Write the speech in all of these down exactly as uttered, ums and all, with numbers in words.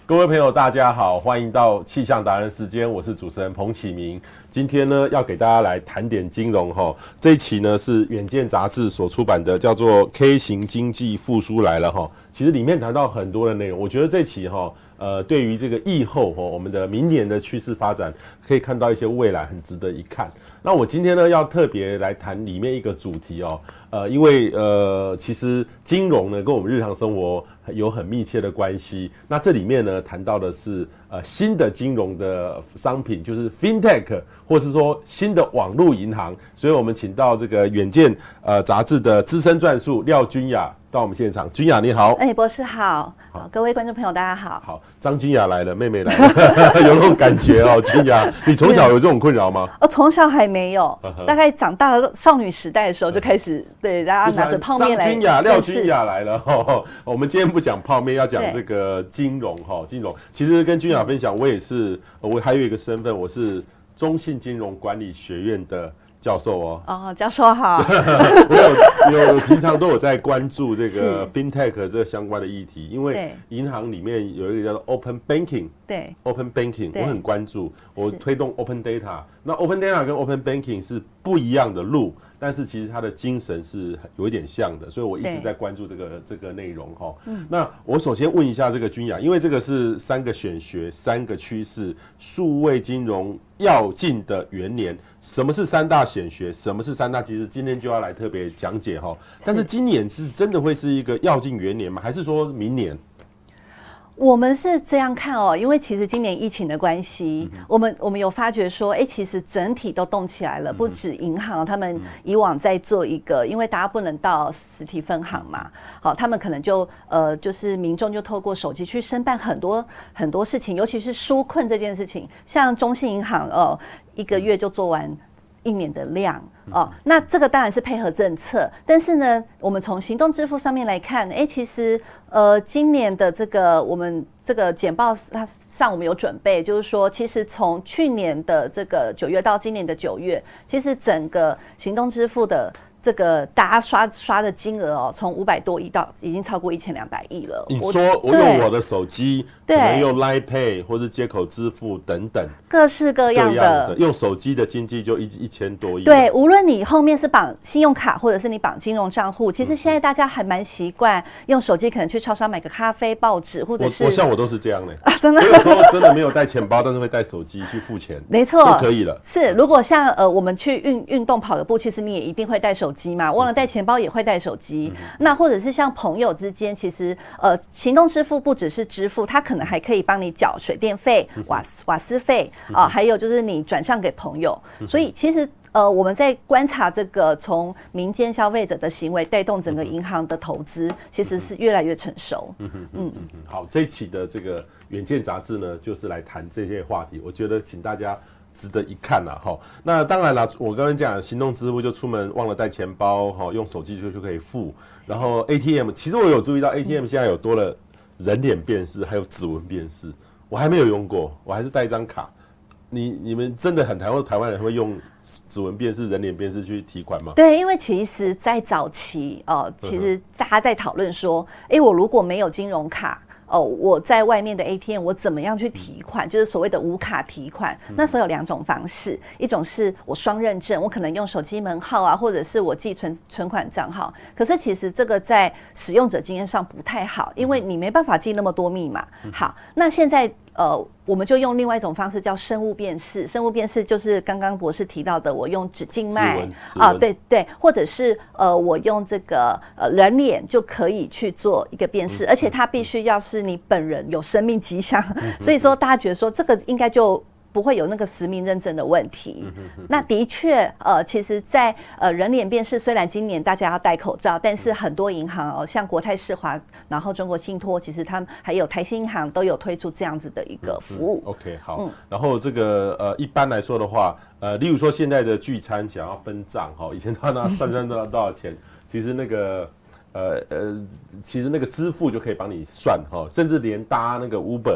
各位朋友，大家好，欢迎到气象达人时间，我是主持人彭启明。今天呢，要给大家来谈点金融哈。这一期呢是远见杂志所出版的，叫做《K 型经济复苏来了》哈。其实里面谈到很多的内容，我觉得这期哈，呃，对于这个疫后哈，我们的明年的趋势发展，可以看到一些未来很值得一看。那我今天呢，要特别来谈里面一个主题哦，呃，因为呃，其实金融呢跟我们日常生活有很密切的关系。那这里面呢谈到的是呃新的金融的商品，就是 FinTech， 或是说新的网络银行。所以我们请到这个远见呃杂志的资深撰述廖君雅到我们现场。君雅你好。 哎、欸，博士好。好，各位观众朋友大家好。 好，张君雅来了，妹妹来了，有那种感觉哦。君雅，你从小有这种困扰吗？ 哦，从小还没有，大概长大了少女时代的时候就开始，对，大家拿着泡面来。 张君雅、廖君雅来了哈、哦。我们今天不讲泡面，要讲这个金融哈、哦。金融其实跟君雅分享，我也是，我还有一个身份，我是中信金融管理学院的教授哦。 哦，教授好。 我有有平常都有在关注这个 FinTech 这个相关的议题，因为银行里面有一个叫做 Open Banking， 对 ，Open Banking 我很关注，我推动 Open Data。那 Open Data 跟 Open Banking 是不一样的路，但是其实它的精神是有一点像的，所以我一直在关注这个这个内容哈。嗯、那我首先问一下这个君雅，因为这个是三个选学、三个趋势，数位金融要进的元年。什么是三大显学？什么是三大？其实今天就要来特别讲解哈。但是今年是真的会是一个要进元年吗？还是说明年？ 我们是这样看哦，因为其实今年疫情的关系，嗯、我们我们有发觉说，哎、欸，其实整体都动起来了，不止银行，他们以往在做一个，因为大家不能到实体分行嘛，好，他们可能就呃，就是民众就透过手机去申办很多很多事情，尤其是纾困这件事情，像中信银行哦，一个月就做完一年的量哦，那这个当然是配合政策，但是呢，我们从行动支付上面来看，哎，其实呃，今年的这个我们这个简报它上我们有准备，就是说，其实从去年的这个九月到今年的九月，其实整个行动支付的这个大家刷刷的金额哦，从五百多亿到已经超过一千两百亿了。 你说我用我的手机，可能用 Line Pay 或是接口支付等等， 各式各样 的, 各样的用手机的经济就一一千多亿。 对，无论你后面是绑信用卡，或者是你绑金融账户，其实现在大家还蛮习惯用手机，可能去超商买个咖啡、报纸，或者是我, 我像我都是这样的、 啊，真的。 我有时候真的没有带钱包，但是会带手机去付钱， 没错， 就可以了。 是，如果像呃我们去运运动跑个步，其实你也一定会带手机嘛，忘了带钱包也会带手机。嗯、那或者是像朋友之间，其实呃行动支付不只是支付，它可能还可以帮你缴水电费、瓦瓦斯费啊、呃，还有就是你转账给朋友。所以其实呃我们在观察这个从民间消费者的行为带动整个银行的投资，其实是越来越成熟。嗯嗯嗯嗯。好，这一期的这个远见杂志呢，就是来谈这些话题。我觉得请大家值得一看啦，哈。那当然啦，我刚刚讲行动支付就出门忘了带钱包，哈，用手机就就可以付。然后 A T M， 其实我有注意到 A T M 现在有多了人脸辨识，还有指纹辨识，我还没有用过，我还是带一张卡。你你们真的很台湾台湾人会用指纹辨识、人脸辨识去提款吗？ 对，因为其实，在早期哦、呃，其实大家在讨论说，哎、欸，我如果没有金融卡。哦，我在外面的 A T M 我怎么样去提款，就是所谓的无卡提款。那时候有两种方式，一种是我双认证，我可能用手机门号啊，或者是我寄存存款账号。可是其实这个在使用者经验上不太好，因为你没办法记那么多密码。好，那现在呃，我们就用另外一种方式叫生物辨识。生物辨识就是刚刚博士提到的，我用指静脉啊，对对，或者是呃，我用这个呃人脸就可以去做一个辨识，而且它必须要是你本人有生命迹象，所以说大家觉得说这个应该就不会有那个实名认证的问题。那的确，呃，其实在，在呃人脸辨识，虽然今年大家要戴口罩，但是很多银行哦，像国泰世华，然后中国信托，其实他们还有台新银行都有推出这样子的一个服务。 嗯、OK， 好。嗯、然后这个呃，一般来说的话，呃，例如说现在的聚餐想要分账，哈，以前都要拿算算多少多少钱，其实那个。呃呃，其实那个支付就可以帮你算哈，甚至连搭那个 Uber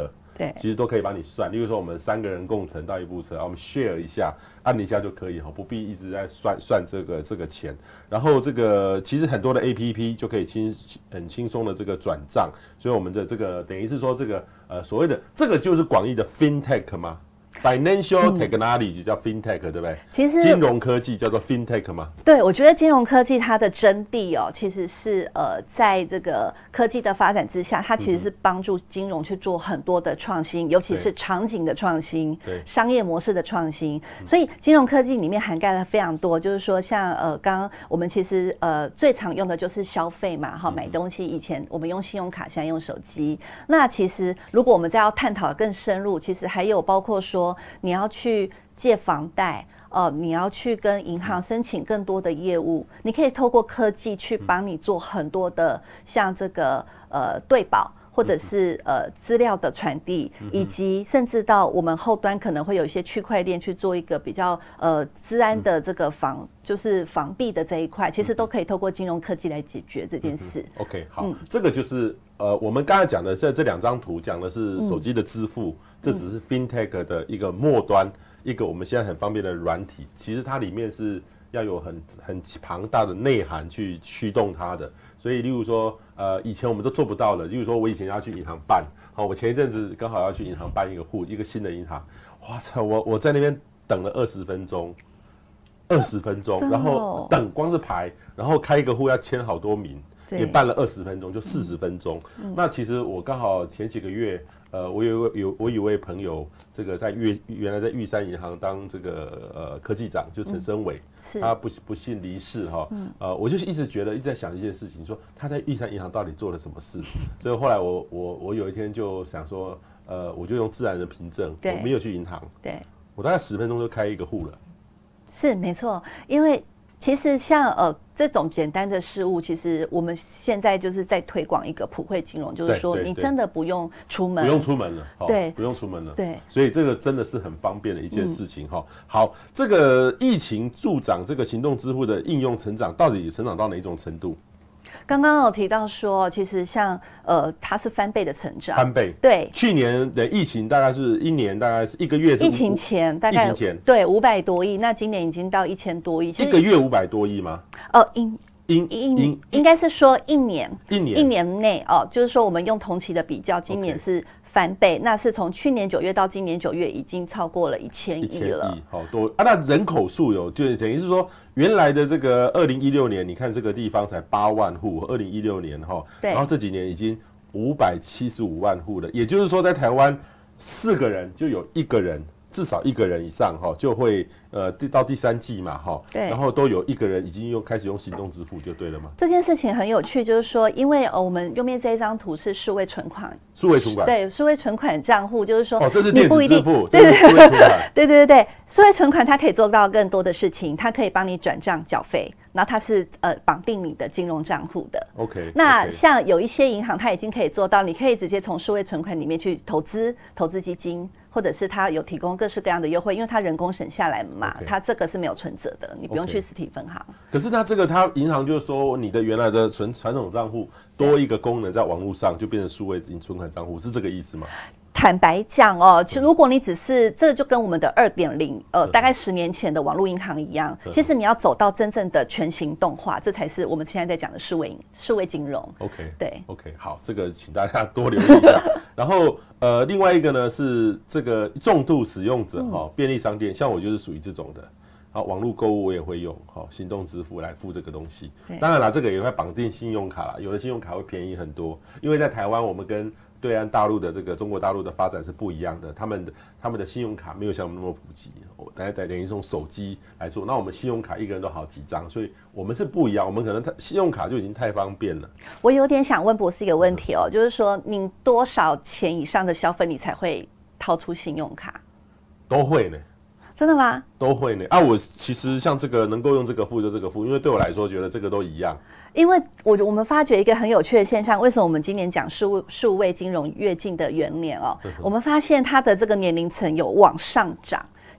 对， 其实都可以帮你算。例如说，我们三个人共乘到一部车，我们 share 一下，按一下就可以哈，不必一直在算算这个这个钱。然后这个其实很多的 A P P 就可以轻很轻松的这个转账，所以我们的这个等于是说这个呃所谓的这个就是广义的 FinTech 吗？Financial technology、嗯、叫 FinTech 对不对？ 其实金融科技叫做 FinTech 吗？ 对，我觉得金融科技它的真谛哦，其实是呃，在这个科技的发展之下，它其实是帮助金融去做很多的创新，尤其是场景的创新、商业模式的创新。所以金融科技里面涵盖了非常多，就是说像呃，刚刚我们其实呃最常用的就是消费嘛，哈，买东西以前我们用信用卡，现在用手机。那其实如果我们再要探讨更深入，其实还有包括说。你要去借房贷，呃，你要去跟银行申请更多的业务，你可以透过科技去帮你做很多的，像这个呃对保，或者是呃资料的传递，以及甚至到我们后端可能会有一些区块链去做一个比较呃资安的这个防，就是防弊的这一块，其实都可以透过金融科技来解决这件事。 嗯、OK， 好，嗯、这个就是呃我们刚才讲的这这两张图讲的是手机的支付。嗯这只是 FinTech 的一个末端，一个我们现在很方便的软体，其实它里面是要有很很庞大的内涵去驱动它的。所以，例如说，呃，以前我们都做不到的，例如说我以前要去银行办，好，我前一阵子刚好要去银行办一个户，一个新的银行，哇操，我我在那边等了二十分钟，二十分钟，然后等光是排，然后开一个户要签好多名，也办了二十分钟，就四十分钟。嗯、那其实我刚好前几个月。呃，我有有我有位朋友，这个在玉原来在玉山银行当这个呃科技长，就陈升伟，嗯、他不不幸离世哈。嗯、呃，我就是一直觉得一直在想一件事情，说他在玉山银行到底做了什么事。所以后来我我我有一天就想说，呃，我就用自然人凭证，我没有去银行， 对， 我大概十分钟就开一个户了。 是没错，因为。其实像呃这种简单的事物，其实我们现在就是在推广一个普惠金融，就是说你真的不用出门， 不用出门了， 对， 不用出门了， 对， 所以这个真的是很方便的一件事情哈。嗯、好，这个疫情助长这个行动支付的应用成长，到底成长到哪一种程度？ 刚刚有提到说，其实像呃，它是翻倍的成长， 翻倍。 对， 去年的疫情大概是一年，大概是一个月。 疫情前大概疫情前对五百多亿，那今年已经到一千多亿。 一个月五百多亿吗？ 哦，应应应应该是说一年， 一年一年内哦，就是说我们用同期的比较，今年是翻倍， okay. 那是从去年九月到今年九月已经超过了一千亿了， 好多啊！那人口数有，就等于是说。原来的这个二零一六年，你看这个地方才八万户，二零一六年哈，然后这几年已经五百七十五万户了，也就是说在台湾四个人就有一个人，至少一个人以上哈，就会呃到第三季嘛哈，然后都有一个人已经用开始用行动支付就对了嘛。 这件事情很有趣，就是说，因为呃我们右面这一张图是数位存款， 数位存款对数位存款账户，就是说哦这是电子支付， 对对对对对对对，数位存款它可以做到更多的事情，它可以帮你转账缴费。然后它是呃绑定你的金融账户的 ，OK。 那像有一些银行，它已经可以做到，你可以直接从数位存款里面去投资、投资基金，或者是它有提供各式各样的优惠，因为它人工省下来嘛， okay. 它这个是没有存折的，你不用去实体分行。 可是它这个，它银行就是说，你的原来的存传统账户多一个功能，在网络上就变成数位存款账户，是这个意思吗？ 坦白讲哦，其实如果你只是这个，就跟我们的二点零，呃，大概十年前的网络银行一样。其实你要走到真正的全行动化，这才是我们现在在讲的数位数位金融。 OK， 对 ，OK， 好，这个请大家多留意一下。然后呃，另外一个呢是这个重度使用者哈、哦，便利商店，像我就是属于这种的。好，网络购物我也会用，好，行动支付来付这个东西。当然啦，这个也会绑定信用卡啦，有的信用卡会便宜很多，因为在台湾我们跟对岸大陆的这个中国大陆的发展是不一样的，他们的他们的信用卡没有像我们那么普及，大家等于从手机来说，那我们信用卡一个人都好几张，所以我们是不一样，我们可能信用卡就已经太方便了。 我有点想问博士一个问题哦，就是说您多少钱以上的消费你才会掏出信用卡？ 都会呢。 真的吗？ 都会呢啊！我其实像这个能够用这个付就这个付，因为对我来说觉得这个都一样。 因为我我们发觉一个很有趣的现象，为什么我们今年讲数数位金融跃进的元年哦？我们发现它的这个年龄层有往上涨。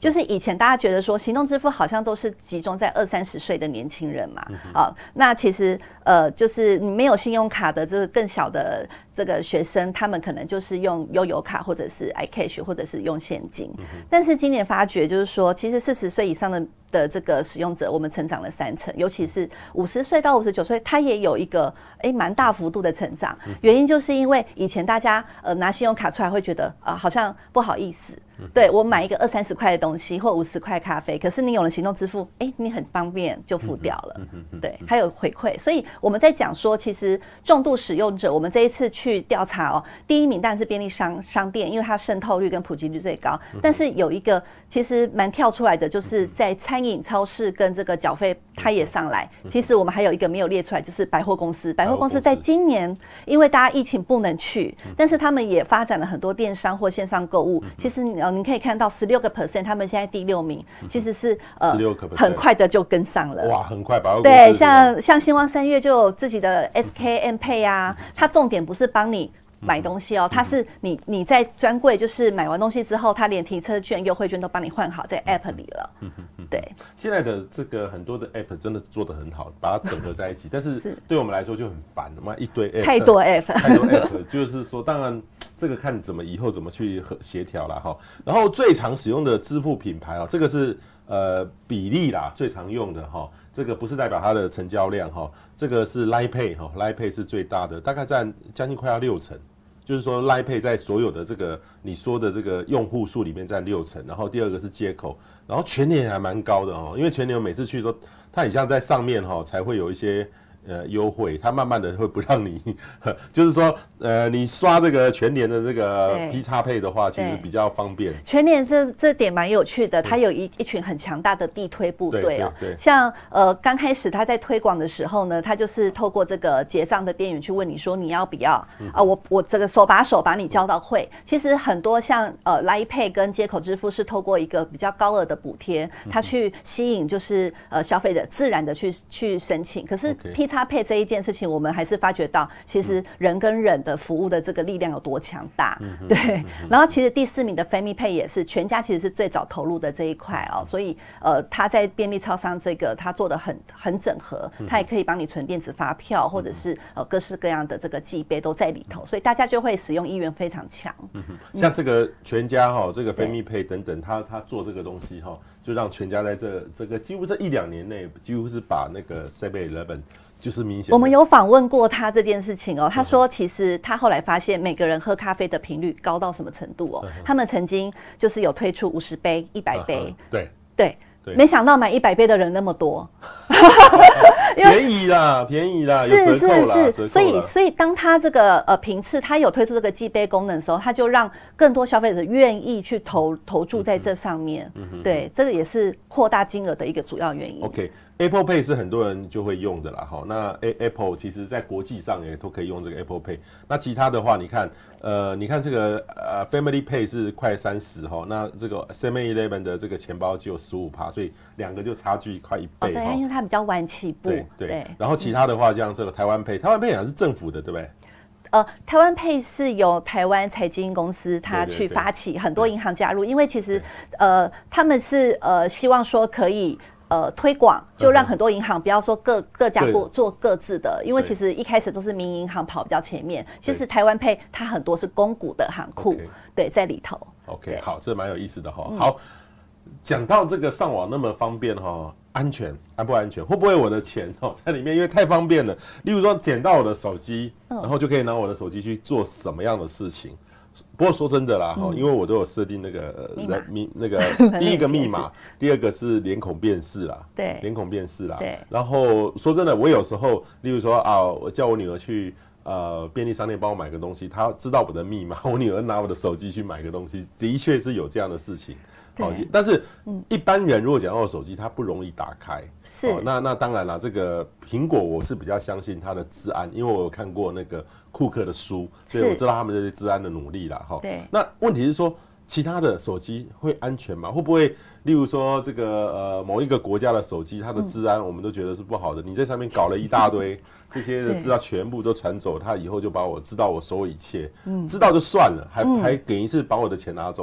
就是以前大家觉得说行动支付好像都是集中在二三十岁的年轻人嘛，啊、嗯，那其实呃，就是你没有信用卡的这个更小的这个学生，他们可能就是用悠游卡或者是 iCash 或者是用现金。嗯、但是今年发觉就是说，其实四十岁以上的的这个使用者，我们成长了三成，尤其是五十岁到五十九岁，他也有一个哎蛮大幅度的成长。原因就是因为以前大家呃拿信用卡出来会觉得啊、呃、好像不好意思，对我买一个二三十块的东西或五十块咖啡，可是你有了行动支付，哎你很方便就付掉了，对，还有回馈。所以我们在讲说，其实重度使用者，我们这一次去调查哦，第一名当然是便利商商店，因为它渗透率跟普及率最高。但是有一个其实蛮跳出来的，就是在餐饮、超市跟这个缴费，它也上来。其实我们还有一个没有列出来，就是百货公司。百货公司在今年，因为大家疫情不能去，但是他们也发展了很多电商或线上购物。其实呃，您可以看到十六个 percent， 他们现在第六名，其实是呃很快的就跟上了。 哇，很快百货公司。 对，像像星光三月就有自己的 S K M Pay 啊，它重点不是帮你买东西哦，它是你你在专柜就是买完东西之后，它连提车券、优惠券都帮你换好在 App 里了。对， 现在的这个很多的 App 真的做得很好，把它整合在一起，但是对我们来说就很烦，嘛一堆 App， 太多 App， 太多 App， 就是说，当然这个看怎么以后怎么去协调啦哈。然后最常使用的支付品牌哦，这个是呃比例啦，最常用的哈。这个不是代表它的成交量哈，这个是 Line Pay 哈 ，Line Pay 是最大的，大概占将近快要六成。就是说 Line Pay 在所有的这个你说的这个用户数里面占六成，然后第二个是街口，然后全年还蛮高的哦，因为全年我每次去都，它很像在上面哈才会有一些呃优惠，它慢慢的会不让你，就是说呃你刷这个全年的这个 P 叉配的话，其实比较方便。 全年这这点蛮有趣的，它有一一群很强大的地推部队哦，像呃刚开始他在推广的时候呢，他就是透过这个结账的店员去问你说你要不要啊、嗯呃，我我这个手把手把你教到会。其实很多像呃 Line Pay 跟街口支付是透过一个比较高额的补贴，它去吸引就是呃消费者自然的去去申请，可是 P 叉配这一件事情，我们还是发觉到，其实人跟人的服务的这个力量有多强大，嗯、对。嗯、然后其实第四名的 Family Pay 也是全家其实是最早投入的这一块哦，所以呃他在便利超商这个他做的很很整合，他也可以帮你存电子发票，或者是呃各式各样的这个寄杯都在里头，所以大家就会使用意愿非常强。 嗯、像这个全家哈，这个 Family Pay 等等，他他做这个东西哈，就让全家在这这个几乎这一两年内，几乎是把那个 seven eleven。就是明显， 我们有访问过他这件事情哦。他说，其实他后来发现每个人喝咖啡的频率高到什么程度哦？他们曾经就是有推出五十杯、一百杯， 对对。没想到买一百杯的人那么多， 便宜啦，便宜啦， 是有折扣啦， 是是，所以所以当他这个呃频次，他有推出这个寄杯功能的时候，他就让更多消费者愿意去投投注在这上面，嗯、对，这个也是扩大金额的一个主要原因。 OK。Apple Pay 是很多人就会用的啦，哈。那 Apple 其实在国际上也都可以用这个 Apple Pay。那其他的话，你看，呃，你看这个呃 Family Pay 是快三十哈，那这个 seven eleven 的这个钱包只有十五趴，所以两个就差距快一倍。 哦，对，因为它比较晚起步。 对 对, 对。然后其他的话，像这个台湾 Pay， 台湾 Pay 好像是政府的，对不对？ 呃，台湾 Pay 是由台湾财经公司它去发起，很多银行加入，因为其实呃他们是呃希望说可以。呃，推广就让很多银行不要说各各家做做各自的，因为其实一开始都是民营银行跑比较前面。其实台湾 Pay 它很多是公股的行库，对，在里头。 OK， 好，这蛮有意思的哈。好，讲到这个上网那么方便哈，安全安不安全？会不会我的钱哦在里面因为太方便了？例如说捡到我的手机，然后就可以拿我的手机去做什么样的事情？不过说真的啦，嗯、因为我都有设定那个人密那个第一个密码，第二个是脸孔辨识啦， 对， 脸孔辨识啦。 对。 然后说真的，我有时候，例如说啊，我叫我女儿去呃便利商店帮我买个东西，她知道我的密码，我女儿拿我的手机去买个东西，的确是有这样的事情。 对。 但是一般人如果讲到手机，它不容易打开。 是。 哦、那那当然啦，这个苹果我是比较相信它的治安，因为我有看过那个。库克的书，所以我知道他们这些治安的努力啦，哈。 对。 那问题是说，其他的手机会安全吗？会不会，例如说这个呃某一个国家的手机，它的治安我们都觉得是不好的，嗯、你在上面搞了一大堆这些的资料全部都传走，他以后就把我知道我所有一切，嗯、知道就算了，还、嗯、还给一次把我的钱拿走。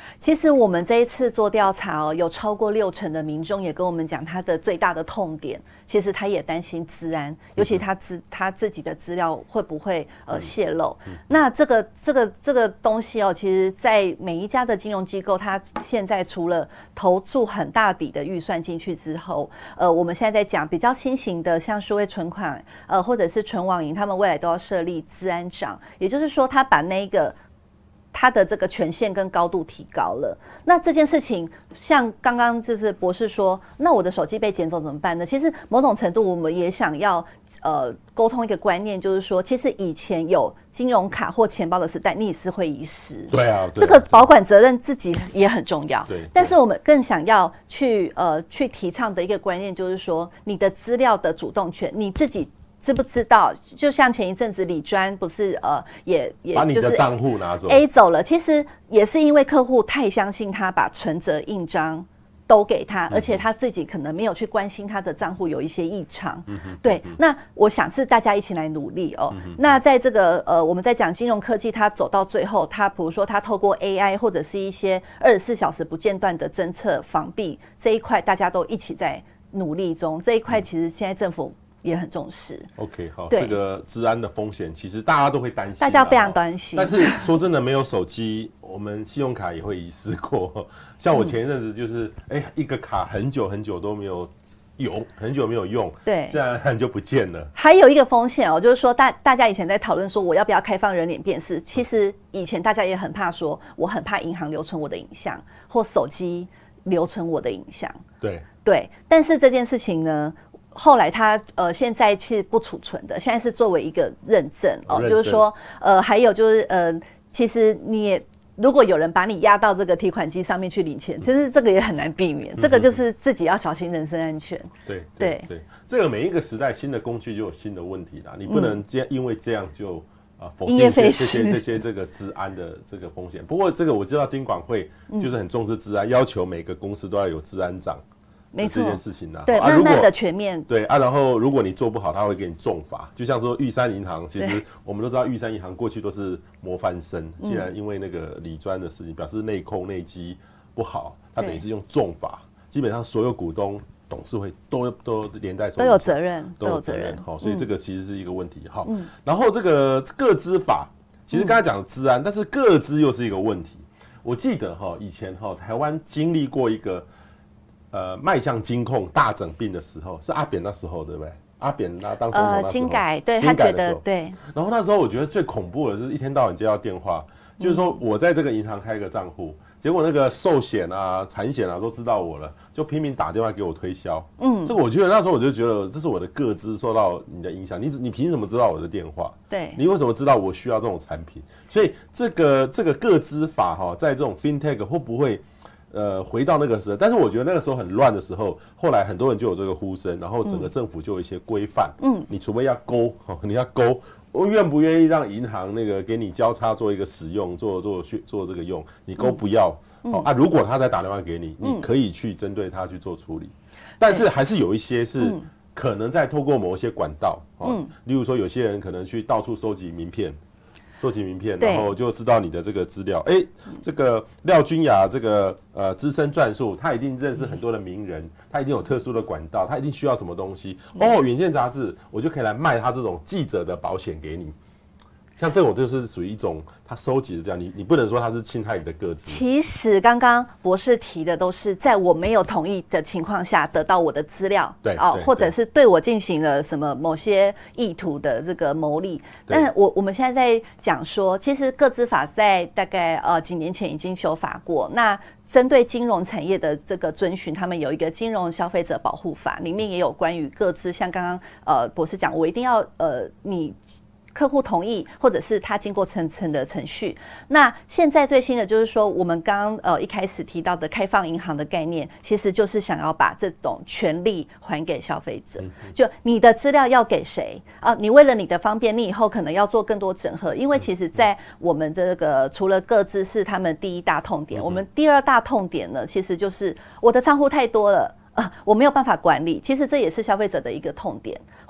其实我们这一次做调查哦，有超过六成的民众也跟我们讲，他的最大的痛点，其实他也担心资安，尤其他资他自己的资料会不会呃泄露。那这个这个这个东西哦，其实在每一家的金融机构，它现在除了投注很大笔的预算进去之后，呃，我们现在在讲比较新型的，像数位存款，呃，或者是纯网银，他们未来都要设立资安长，也就是说，他把那个他的这个权限跟高度提高了。那这件事情，像刚刚就是博士说，那我的手机被捡走怎么办呢？其实某种程度我们也想要呃沟通一个观念，就是说，其实以前有金融卡或钱包的时代，你也是会遗失。 对啊，对啊， 这个保管责任自己也很重要。 对， 但是我们更想要去呃去提倡的一个观念，就是说，你的资料的主动权，你自己知不知道？就像前一阵子理专不是呃也也把你的账户拿走 A 走了，其实也是因为客户太相信他，把存折印章都给他，而且他自己可能没有去关心他的账户有一些异常。嗯、对，那我想是大家一起来努力哦。嗯、那在这个呃我们在讲金融科技，它走到最后，它比如说它透过 A I 或者是一些二十四小时不间断的侦测防弊这一块，大家都一起在努力中。这一块其实现在政府也很重视。 OK， 好，这个治安的风险其实大家都会担心， 大家非常担心。 但是说真的，没有手机，我们信用卡也会遗失过。像我前一阵子就是，哎、嗯欸，一个卡很久很久都没有用，很久没有用， 对， 这样就不见了。 还有一个风险哦，就是说大大家以前在讨论说我要不要开放人脸辨识，其实以前大家也很怕说，我很怕银行留存我的影像，或手机留存我的影像。 对对，但是这件事情呢，后来它呃现在是不储存的，现在是作为一个认证哦， 认证就是说呃还有就是呃其实你也如果有人把你压到这个提款机上面去领钱，其实这个也很难避免，这个就是自己要小心人身安全。 对对 对, 对，这个每一个时代新的工具就有新的问题啦，你不能这因为这样就啊否定这些这些这个治安的这个风险。不过这个我知道金管会就是很重视治安，要求每个公司都要有治安长。 没错， 这件事情呢、啊， 对，慢慢的全面对啊，然后如果你做不好，他会给你重罚。就像说玉山银行，其实我们都知道，玉山银行过去都是模范生，既然因为那个理专的事情，表示内控内基不好，他等于是用重罚，基本上所有股东、董事会都都连带都有责任， 都有责任。好，所以这个其实是一个问题。好，嗯、然后这个个资法，其实刚才讲的治安，嗯、但是个资又是一个问题。我记得哈，以前哈台湾经历过一个。呃，迈向金控大整并的时候，是阿扁那时候，对不对？阿扁那当总统那时候， 呃，金改，对他觉得对。 然后那时候我觉得最恐怖的就是一天到晚接到电话，嗯、就是说我在这个银行开个账户，结果那个寿险啊、产险啊都知道我了，就拼命打电话给我推销。嗯，这个我觉得那时候我就觉得这是我的个资受到你的影响，你你凭什么知道我的电话？ 对， 你为什么知道我需要这种产品？所以这个这个个资法哈，在这种 fintech 会不会？呃，回到那个时候，但是我觉得那个时候很乱的时候，后来很多人就有这个呼声，然后整个政府就有一些规范。嗯，你除非要勾，你要勾，我愿不愿意让银行那个给你交叉做一个使用，做做做这个用，你勾不要。嗯、啊，如果他再打电话给你，你可以去针对他去做处理，但是还是有一些是可能在透过某一些管道，嗯，例如说有些人可能去到处收集名片。收集名片，然后就知道你的这个资料。哎、欸，这个廖君雅这个呃资深撰述，他一定认识很多的名人，他一定有特殊的管道，他一定需要什么东西。哦，远见杂志，我就可以来卖他这种记者的保险给你。像这种就是属于一种他收集的这样，你你不能说他是侵害你的个资。 其实刚刚博士提的都是在我没有同意的情况下得到我的资料， 对哦，或者是对我进行了什么某些意图的这个牟利。但我我们现在在讲说，其实个资法在大概呃几年前已经修法过，那针对金融产业的这个遵循，他们有一个金融消费者保护法，里面也有关于个资，像刚刚呃博士讲，我一定要呃你。客户同意，或者是他经过层层的程序。那现在最新的就是说，我们刚刚呃一开始提到的开放银行的概念，其实就是想要把这种权利还给消费者。就你的资料要给谁啊？你为了你的方便，你以后可能要做更多整合，因为其实在我们这个除了个资是他们第一大痛点，我们第二大痛点呢，其实就是我的账户太多了。呃，我没有办法管理，其实这也是消费者的一个痛点，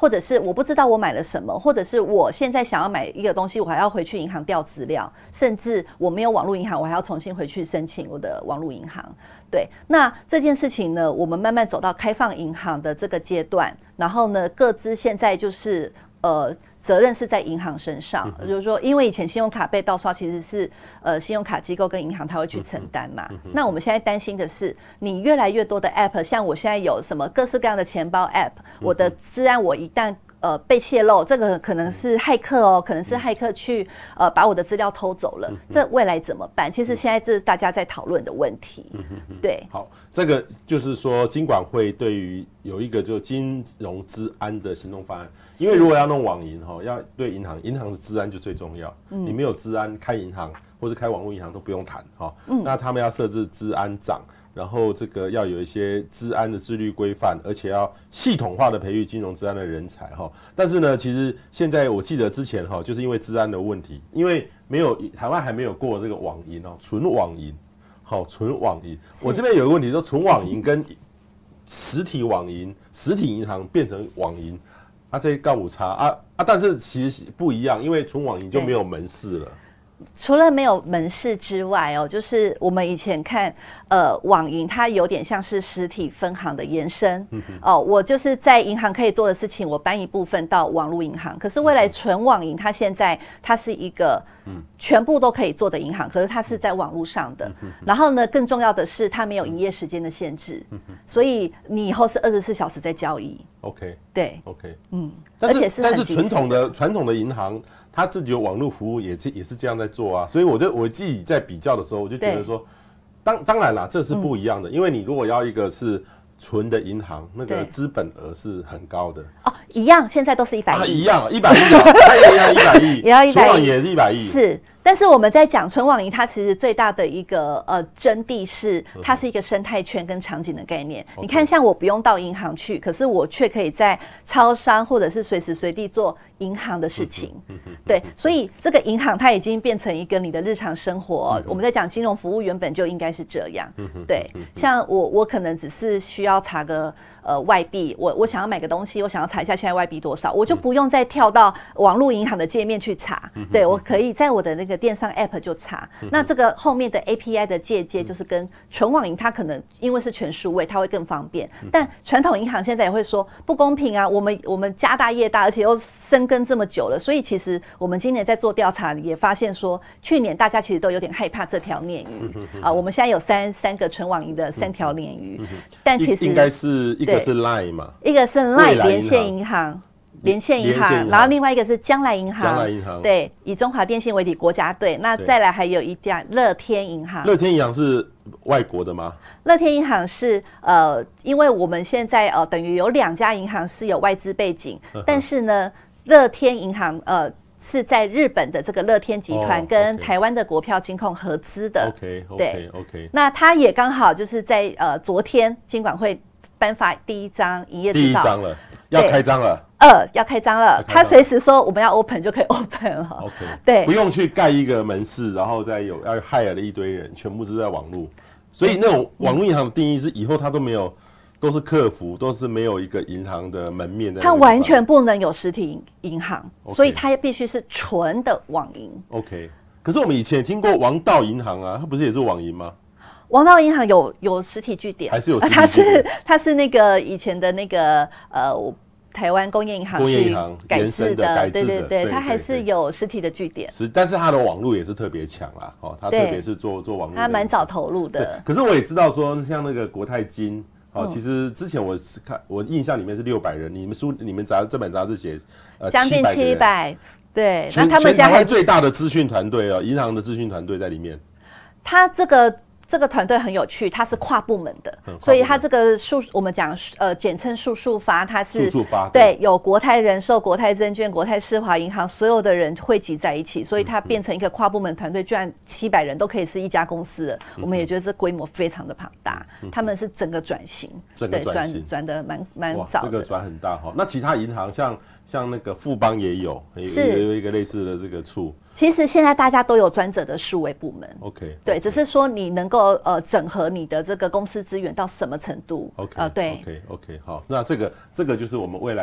或者是我不知道我买了什么，或者是我现在想要买一个东西，我还要回去银行调资料，甚至我没有网络银行，我还要重新回去申请我的网络银行。对，那这件事情呢，我们慢慢走到开放银行的这个阶段，然后呢，各自现在就是呃。责任是在银行身上，嗯、就是说，因为以前信用卡被盗刷，其实是呃信用卡机构跟银行他会去承担嘛。嗯、那我们现在担心的是，你越来越多的 App， 像我现在有什么各式各样的钱包 App，、嗯、我的资安我一旦呃被泄露，这个可能是骇客哦，可能是骇客去呃把我的资料偷走了，嗯、这未来怎么办？其实现在这是大家在讨论的问题。嗯、对， 好，这个就是说，金管会对于有一个就金融资安的行动方案。因为如果要弄网银哈，要对银行，银行的资安就最重要。嗯、你没有资安，开银行或者开网络银行都不用谈哈。嗯、那他们要设置资安长，然后这个要有一些资安的自律规范，而且要系统化的培育金融资安的人才哈。但是呢，其实现在我记得之前哈，就是因为资安的问题，因为没有台湾还没有过这个网银哦，纯网银，好，纯网银。我这边有一个问题，说纯网银跟实体网银、实体银行变成网银。啊，这告五差啊啊！但是其实不一样，因为纯网银就没有门市了。 除了没有门市之外哦，就是我们以前看呃网银，它有点像是实体分行的延伸、嗯、哦。我就是在银行可以做的事情，我搬一部分到网络银行。可是未来纯网银，它现在它是一个全部都可以做的银行，可是它是在网络上的。嗯、然后呢，更重要的是它没有营业时间的限制，嗯、所以你以后是二十四小时在交易。 OK， 对 ，OK， 嗯， 但是而且是但是传统的传统的银行。他自己有网络服务也是也是这样在做啊，所以我就我自己在比较的时候，我就觉得说，当当然啦，这是不一样的，嗯、因为你如果要一个是纯的银行，那个资本额是很高的哦，一样，现在都是一百亿， 啊，一样一百亿，它也要一百亿， 也要一百亿， 纯网也是一百亿， 是。但是我们在讲纯网银，它其实最大的一个呃真谛是，它是一个生态圈跟场景的概念。嗯、你看，像我不用到银行去，可是我却可以在超商或者是随时随地做银行的事情。嗯、对，所以这个银行它已经变成一个你的日常生活。嗯、我们在讲金融服务，原本就应该是这样。嗯、对，像我我可能只是需要查个呃外币，我我想要买个东西，我想要查一下现在外币多少，我就不用再跳到网络银行的界面去查。嗯、对，我可以在我的那个电商 App 就查，那这个后面的 A P I 的借鉴就是跟纯网银，它可能因为是全数位，它会更方便。但传统银行现在也会说不公平啊，我们我们家大业大，而且又深耕这么久了，所以其实我们今年在做调查也发现说，去年大家其实都有点害怕这条鲶鱼啊。我们现在有三三个纯网银的三条鲶鱼，但其实应该是一个是 Line 嘛， 一个是 Line 连线银行。连线银行，然后另外一个是将来银行， 将来银行对，以中华电信为底国家队，那再来还有一家乐天银行。 乐天银行是外国的吗？ 乐天银行是呃，因为我们现在呃等于有两家银行是有外资背景，但是呢，乐天银行呃是在日本的这个乐天集团跟台湾的国票金控合资的。 OK OK 对 OK， 那它也刚好就是在呃昨天金管会颁发第一张营业执照， 第一张了，要开张了。 二要开张了，他随时说我们要 open 就可以 open 了。 OK， 对， 不用去盖一个门市，然后再有要 hire 的一堆人，全部是在网络。所以那种网络银行的定义是以后它都没有，都是客服，都是没有一个银行的门面在。 它完全不能有实体银行， okay， 所以它必须是纯的网银。 OK， 可是我们以前也听过王道银行啊，它不是也是网银吗？ 王道银行有有实体据点， 还是有实体据点？ 它是它是那个以前的那个呃。台湾工业银行去改制的，对对对，它还是有实体的据点。 是，但是它的网络也是特别强啦，哦，它特别是做做网络， 它蛮早投入的。 可是我也知道说，像那个国泰金，哦，其实之前我是看，我印象里面是六百人，你们书你们杂这本杂志写呃将近七百，对， 那他们现在还最大的资讯团队哦，银行的资讯团队在里面。 它这个。这个团队很有趣，它是跨部门的，嗯、所以它这个数我们讲呃简称数数发，它是数数发对, 对有国泰人寿、国泰证券、国泰世华银行所有的人汇集在一起，所以它变成一个跨部门团队，居然七百人都可以是一家公司了。嗯、我们也觉得这规模非常的庞大，嗯、他们是整个转型， 整个转型转的蛮蛮早的， 这个转很大哈。那其他银行像像那个富邦也有，也有一个类似的这个处。 其实现在大家都有专责的数位部门 ，OK， 对， okay. 只是说你能够呃整合你的这个公司资源到什么程度 ，OK， 呃，对 ，OK，OK， 好，那这个这个就是我们未来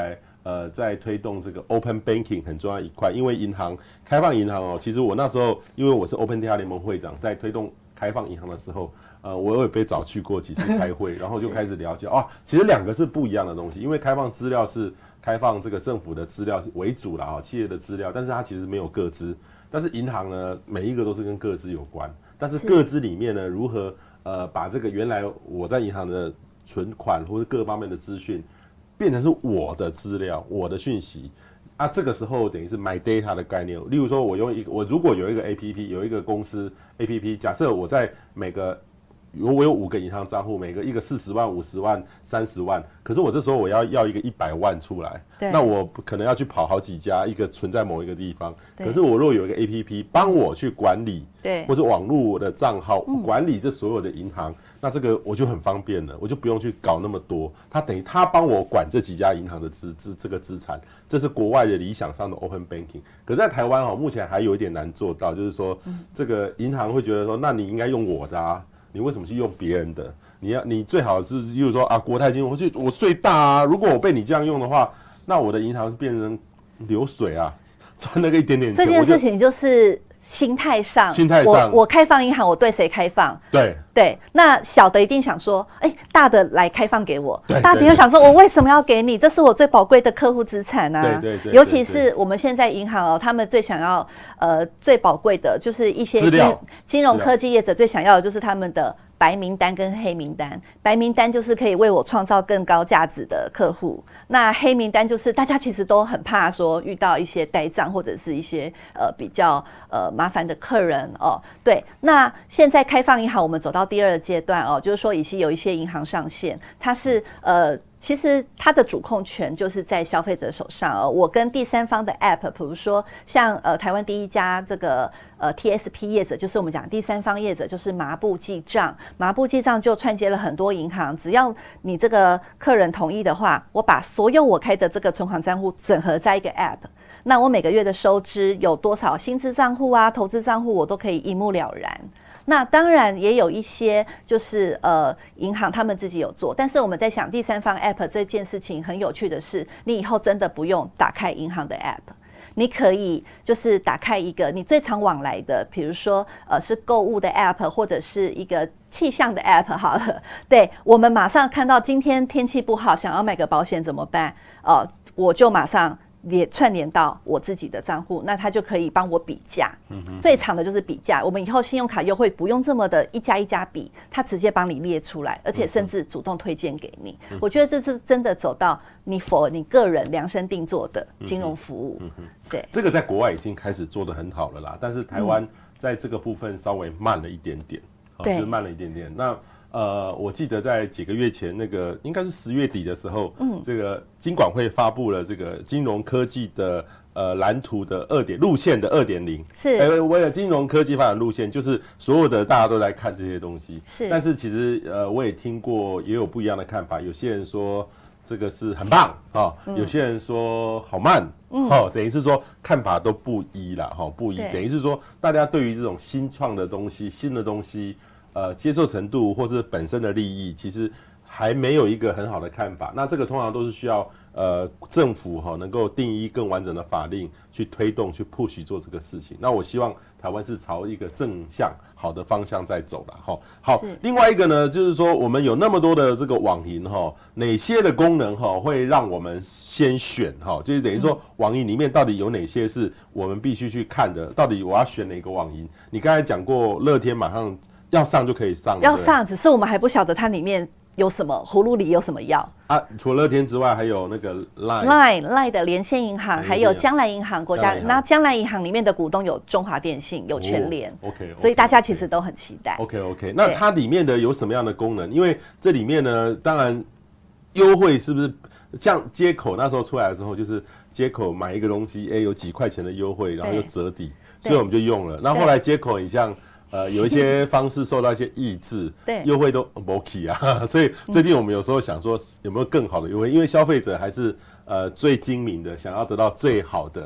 呃在推动这个 Open Banking 很重要一块，因为银行开放银行哦，其实我那时候因为我是 Open Data 联盟会长，在推动开放银行的时候，呃，我也被找去过几次开会，然后就开始了解哦，其实两个是不一样的东西，因为开放资料是开放这个政府的资料为主啦，哈，企业的资料，但是它其实没有个资，但是银行呢，每一个都是跟个资有关，但是个资里面呢，如何呃把这个原来我在银行的存款或者各方面的资讯，变成是我的资料、我的讯息。啊，这个时候等于是 my data 的概念。例如说，我用一个，我如果有一个 A P P， 有一个公司 A P P， 假设我在每个，我有五个银行账户，每个一个四十万、五十万、三十万，可是我这时候我要要一个一百万出来，那我可能要去跑好几家，一个存在某一个地方。可是我若有一个 A P P 帮我去管理，对，或者网络的账号、嗯、管理这所有的银行。那这个我就很方便了，我就不用去搞那么多。他等于他帮我管这几家银行的资资这个资产，这是国外的理想上的 Open Banking。可是在台湾哦，目前还有一点难做到，就是说，嗯、这个银行会觉得说，那你应该用我的啊，你为什么去用别人的？你要你最好是，例如说啊，国泰金融，我就我最大啊，如果我被你这样用的话，那我的银行变成流水啊，赚那个一点点钱。 这件事情就是。心态上， 心态上， 我我开放银行，我对谁开放？ 对对，那小的一定想说，哎、欸，大的来开放给我，大的又想说，我为什么要给你？这是我最宝贵的客户资产啊！对 对, 对, 对，尤其是我们现在银行哦，他们最想要呃最宝贵的就是一些金金融科技业者最想要的就是他们的。白名单跟黑名单，白名单就是可以为我创造更高价值的客户，那黑名单就是大家其实都很怕说遇到一些呆账或者是一些呃比较呃麻烦的客人哦。对，那现在开放银行我们走到第二个阶段哦，就是说已经有一些银行上线，它是呃。其实它的主控权就是在消费者手上哦。我跟第三方的 App， 比如说像呃台湾第一家这个呃 T S P 业者，就是我们讲第三方业者，就是麻布记账。麻布记账就串接了很多银行，只要你这个客人同意的话，我把所有我开的这个存款账户整合在一个 App， 那我每个月的收支有多少薪资账户啊、投资账户，我都可以一目了然。那当然也有一些就是呃银行他们自己有做，但是我们在想第三方 App 这件事情很有趣的是，你以后真的不用打开银行的 App， 你可以就是打开一个你最常往来的，比如说呃是购物的 App 或者是一个气象的 App 好了，对，我们马上看到今天天气不好，想要买个保险怎么办？哦、呃，我就马上。连串联到我自己的账户，那他就可以帮我比价。嗯、最长的就是比价。我们以后信用卡优惠不用这么的一家一家比，他直接帮你列出来，而且甚至主动推荐给你。嗯、我觉得这是真的走到你 for 你个人量身定做的金融服务。嗯、对， 这个在国外已经开始做得很好了啦，但是台湾在这个部分稍微慢了一点点，嗯、就是慢了一点点。那呃，我记得在几个月前，那个应该是十月底的时候，嗯，这个金管会发布了这个金融科技的呃蓝图的二点路线的二点零，是，呃，为了金融科技发展路线，就是所有的大家都来看这些东西，是。但是其实呃，我也听过也有不一样的看法，有些人说这个是很棒啊、哦嗯，有些人说好慢，嗯，哦，等于是说看法都不一啦，哈、哦，不一，等于是说大家对于这种新创的东西、新的东西。呃，接受程度或是本身的利益，其实还没有一个很好的看法。那这个通常都是需要呃政府哈、哦、能够定义更完整的法令去推动、去 push 做这个事情。那我希望台湾是朝一个正向好的方向在走了哈。好，另外一个呢，就是说我们有那么多的这个网银哈，哪些的功能哈会让我们先选哈？就是等于说网银里面到底有哪些是我们必须去看的？到底我要选哪个网银？你刚才讲过乐天马上。要上就可以上， 要上，只是我们还不晓得它里面有什么葫芦里有什么药啊。除了乐天之外，还有那个 Line Line Line 的连线银行，还有江南银行国家。那江南银行里面的股东有中华电信，有全联、哦、，OK， 所以大家其实都很期待。 OK OK， 那它里面的有什么样的功能？因为这里面呢，当然优惠是不是像街口那时候出来的时候，就是街口买一个东西，哎，有几块钱的优惠，然后又折抵，所以我们就用了。那后来街口很像。呃，有一些方式受到一些抑制，对，优惠都没起啊，所以最近我们有时候想说有没有更好的优惠，因为消费者还是呃最精明的，想要得到最好的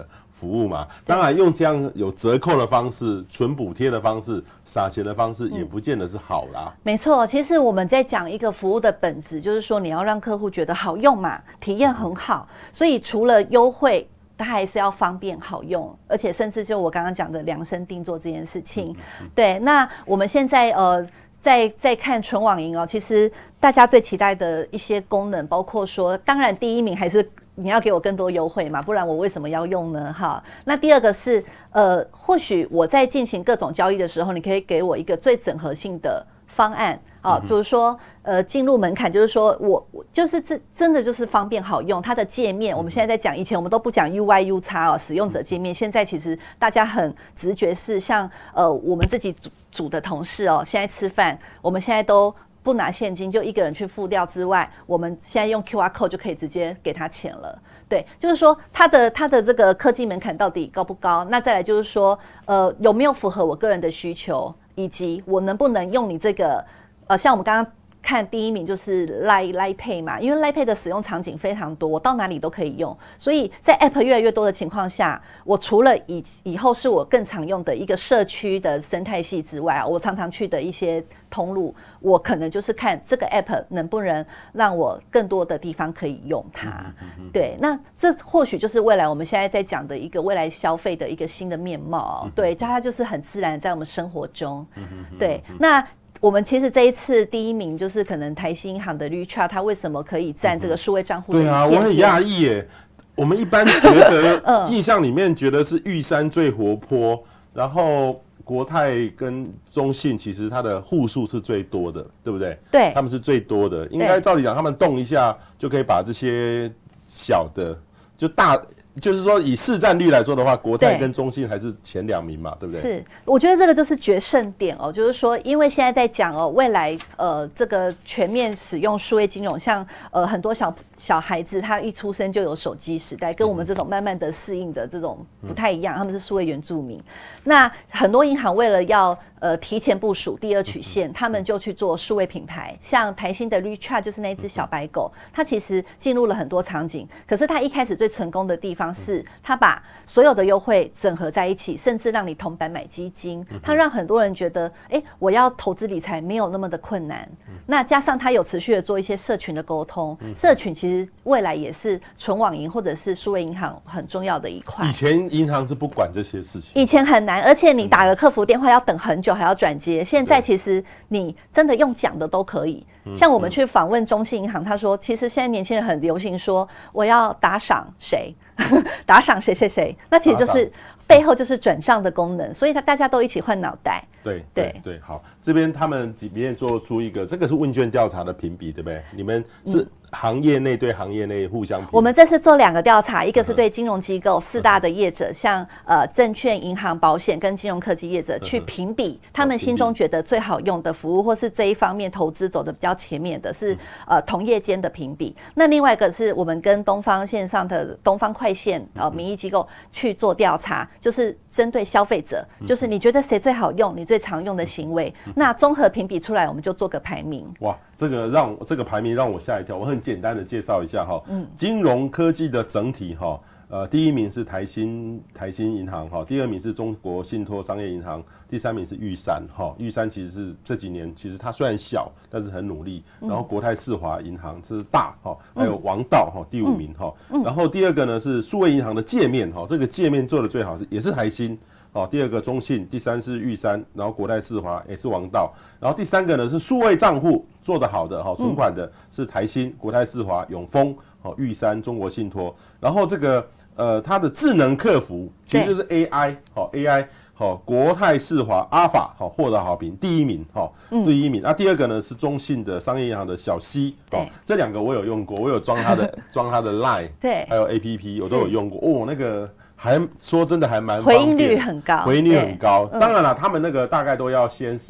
服务嘛。当然用这样有折扣的方式、纯补贴的方式、撒钱的方式，也不见得是好啦。嗯、 没错，其实我们在讲一个服务的本质，就是说你要让客户觉得好用嘛，体验很好。所以除了优惠，它还是要方便好用，而且甚至就我刚刚讲的量身定做这件事情。嗯嗯、对，那我们现在呃。在在看纯网银哦，其实大家最期待的一些功能，包括说，当然第一名还是你要给我更多优惠嘛，不然我为什么要用呢？哈，那第二个是呃，或许我在进行各种交易的时候，你可以给我一个最整合性的方案啊，比如说呃，进入门槛，就是说我我就是这真的就是方便好用，它的界面，我们现在在讲，以前我们都不讲 U I U X 哦，使用者界面，现在其实大家很直觉是像呃我们自己组组的同事哦，现在吃饭，我们现在都不拿现金，就一个人去付掉之外，我们现在用 Q R code 就可以直接给他钱了。对，就是说它的它的这个科技门槛到底高不高？那再来就是说，呃，有没有符合我个人的需求，以及我能不能用你这个呃，像我们刚刚看第一名就是 Line Line Pay 嘛，因为 Line Pay 的使用场景非常多，我到哪里都可以用，所以在 App 越来越多的情况下，我除了以以后是我更常用的一个社区的生态系之外，我常常去的一些通路，我可能就是看这个 App 能不能让我更多的地方可以用它。对，那这或许就是未来我们现在在讲的一个未来消费的一个新的面貌。对，它就是很自然在我们生活中。对，那。我们其实这一次第一名就是可能台新银行的 Richard， 他为什么可以占这个数位账户的？ 对啊，我很讶异耶。我们一般觉得印象里面觉得是玉山最活泼，然后国泰跟中信其实它的户数是最多的，对不对？ 对， 他们是最多的。应该照理讲，他们动一下就可以把这些小的就大。就是说，以市占率来说的话，国泰跟中信还是前两名嘛，对不对？ 是，我觉得这个就是决胜点哦。就是说，因为现在在讲哦，未来呃，这个全面使用数位金融，像呃很多小小孩子他一出生就有手机时代，跟我们这种慢慢的适应的这种不太一样，嗯、他们是数位原住民。那很多银行为了要呃提前部署第二曲线，他们就去做数位品牌，像台新的 Richard 就是那只小白狗，它其实进入了很多场景，可是它一开始最成功的地方。是他把所有的优惠整合在一起，甚至让你铜板买基金，他让很多人觉得，哎、欸，我要投资理财没有那么的困难。那加上他有持续的做一些社群的沟通，社群其实未来也是纯网银或者是数位银行很重要的一块。 以前银行是不管这些事情， 以前很难，而且你打个客服电话要等很久，还要转接。现在其实你真的用讲的都可以。像我们去访问中信银行，他说，其实现在年轻人很流行说，我要打赏谁。打赏谁谁谁，那其实就是背后就是转账的功能，所以他大家都一起换脑袋。 对对对，好，这边他们里面做出一个，这个是问卷调查的评比，对不对？你们是行业内对行业内互相评比。 我们这次做两个调查，一个是对金融机构四大的业者，像呃证券、银行、保险跟金融科技业者去评比，他们心中觉得最好用的服务，或是这一方面投资走的比较前面的是呃同业间的评比。那另外一个是我们跟东方线上的东方快线呃民意机构去做调查，就是针对消费者，就是你觉得谁最好用，你最常用的行为，那综合评比出来，我们就做个排名。 哇，这个让这个排名让我吓一跳。我很简单的介绍一下哈，嗯，金融科技的整体哈，呃，第一名是台新台新银行哈，第二名是中国信托商业银行，第三名是玉山哈。玉山其实是这几年其实它虽然小，但是很努力。然后国泰世华银行这是大哈，还有王道哈第五名哈。然后第二个呢是数位银行的界面哈，这个界面做的最好是也是台新。哦，第二个中信，第三是玉山，然后国泰世华也是王道，然后第三个呢是数位账户做得好的哈，存款的是台新、国泰世华、永丰、哦玉山、中国信托，然后这个呃它的智能客服其实就是 A I， 好 A I， 好国泰世华、阿法好获得好评，第一名哈，第一名。那、啊、第二个呢是中信的商业银行的小溪，哦这两个我有用过，我有装它的装它的 Line， 对，还有 A P P 我都有用过，哦那个。还说真的还蛮回应率很高， 回应率很高。当然了，他们那个大概都要先是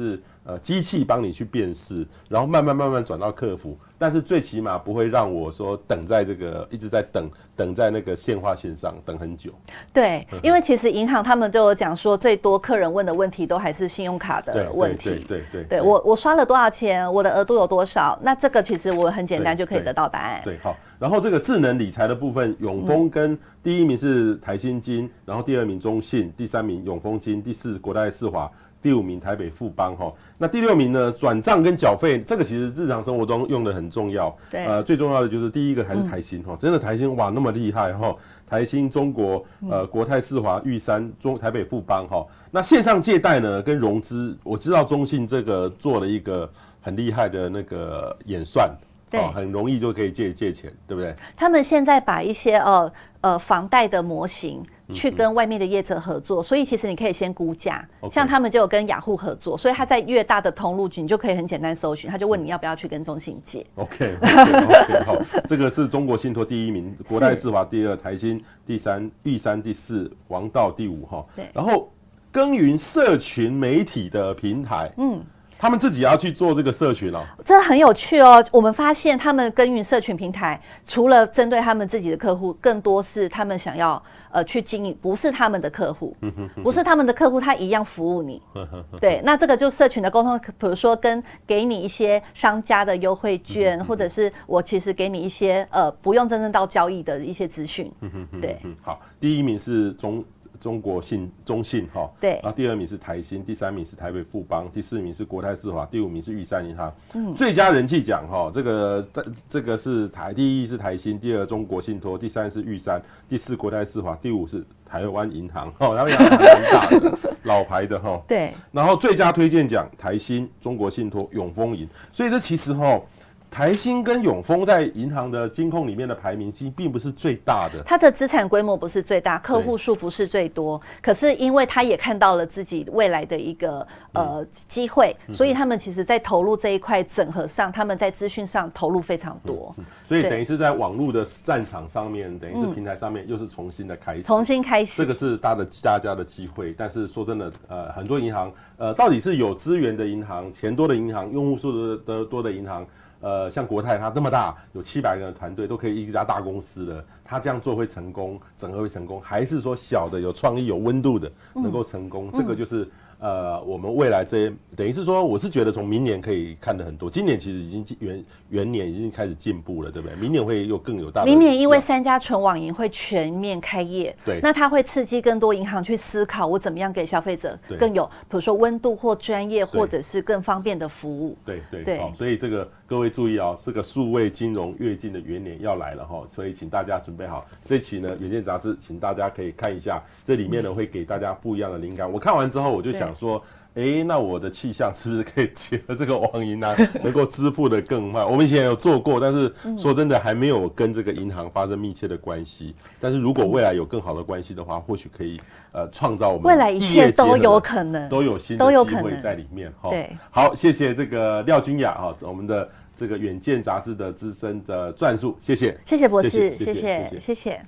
呃机器帮你去辨识，然后慢慢慢慢转到客服，但是最起码不会让我说等在这个一直在等等在那个线画线上等很久。 对，因为其实银行他们都有讲说，最多客人问的问题都还是信用卡的问题。 对对对对， 对我我刷了多少钱，我的额度有多少，那这个其实我很简单就可以得到答案。 对，好，然后这个智能理财的部分，永丰跟第一名是台新金，然后第二名中信，第三名永丰金，第四国泰世华。第五名台北富邦哈，那第六名呢？转账跟缴费，这个其实日常生活中用的很重要。 对， 呃，最重要的就是第一个还是台新哈、嗯，真的台新哇那么厉害哈，台新、中国、呃国泰世华、玉山、中台北富邦哈。那线上借贷呢跟融资，我知道中信这个做了一个很厉害的那个演算。哦，很容易就可以借借钱，对不对？ 他们现在把一些呃呃房贷的模型去跟外面的业者合作，嗯、所以其实你可以先估价。Okay. 像他们就有跟雅虎合作，所以他在越大的通路局，你就可以很简单搜寻，他就问你要不要去跟中信借。 OK OK OK 好，这个是中国信托第一名，国泰世华第二，台新第三，玉山第四，王道第五哈。对。然后耕耘社群媒体的平台，嗯。他们自己要去做这个社群哦， 这很有趣哦。我们发现他们耕耘社群平台，除了针对他们自己的客户，更多是他们想要呃去经营，不是他们的客户，不是他们的客户，他一样服务你。对，那这个就社群的沟通，比如说跟给你一些商家的优惠券，或者是我其实给你一些呃不用真正到交易的一些资讯。对， 好，第一名是中。中国信中信哈， 对， 然后第二名是台新，第三名是台北富邦，第四名是国泰世华，第五名是玉山银行。嗯，最佳人气奖哈，这个这个是台第一是台新，第二中国信托，第三是玉山，第四国泰世华，第五是台湾银行哈，他们银行蛮大的老牌的哈。 对， 然后最佳推荐奖台新、中国信托、永丰银，所以这其实哈。台新跟永丰在银行的金控里面的排名其实并不是最大的， 它的资产规模不是最大，客户数不是最多，可是因为他也看到了自己未来的一个呃机会，嗯、所以他们其实在投入这一块整合上，他们在资讯上投入非常多， 嗯嗯、所以等于是在网络的战场上面，等于是平台上面又是重新的开始， 重新开始， 这个是大的大家的机会。但是说真的，呃，很多银行，呃，到底是有资源的银行、钱多的银行、用户数的多的银行。呃，像国泰它这么大，有七百个人的团队，都可以一家大公司了。它这样做会成功，整合会成功，还是说小的有创意、有温度的能够成功？嗯、这个就是呃，我们未来这等于是说，我是觉得从明年可以看得很多。今年其实已经元元年已经开始进步了，对不对？明年会又更有大的。 明年因为三家纯网银会全面开业， 对， 那它会刺激更多银行去思考，我怎么样给消费者更有，比如说温度或专业，或者是更方便的服务。 对对对，好，所以这个。各位注意哦，这个数位金融跃进的元年要来了哈，所以请大家准备好这期呢《远见》杂志，请大家可以看一下，这里面呢会给大家不一样的灵感。我看完之后，我就想说，哎，那我的气象是不是可以结合这个网银啊，能够支付的更快？我们以前有做过，但是说真的还没有跟这个银行发生密切的关系。但是如果未来有更好的关系的话，或许可以呃创造我们未来一切都有可能， 都有新的机会在里面哈。 对， 好，谢谢这个廖君雅哈，我们的。这个《远见》杂志的资深的撰述，谢谢， 谢谢博士，谢谢，谢谢。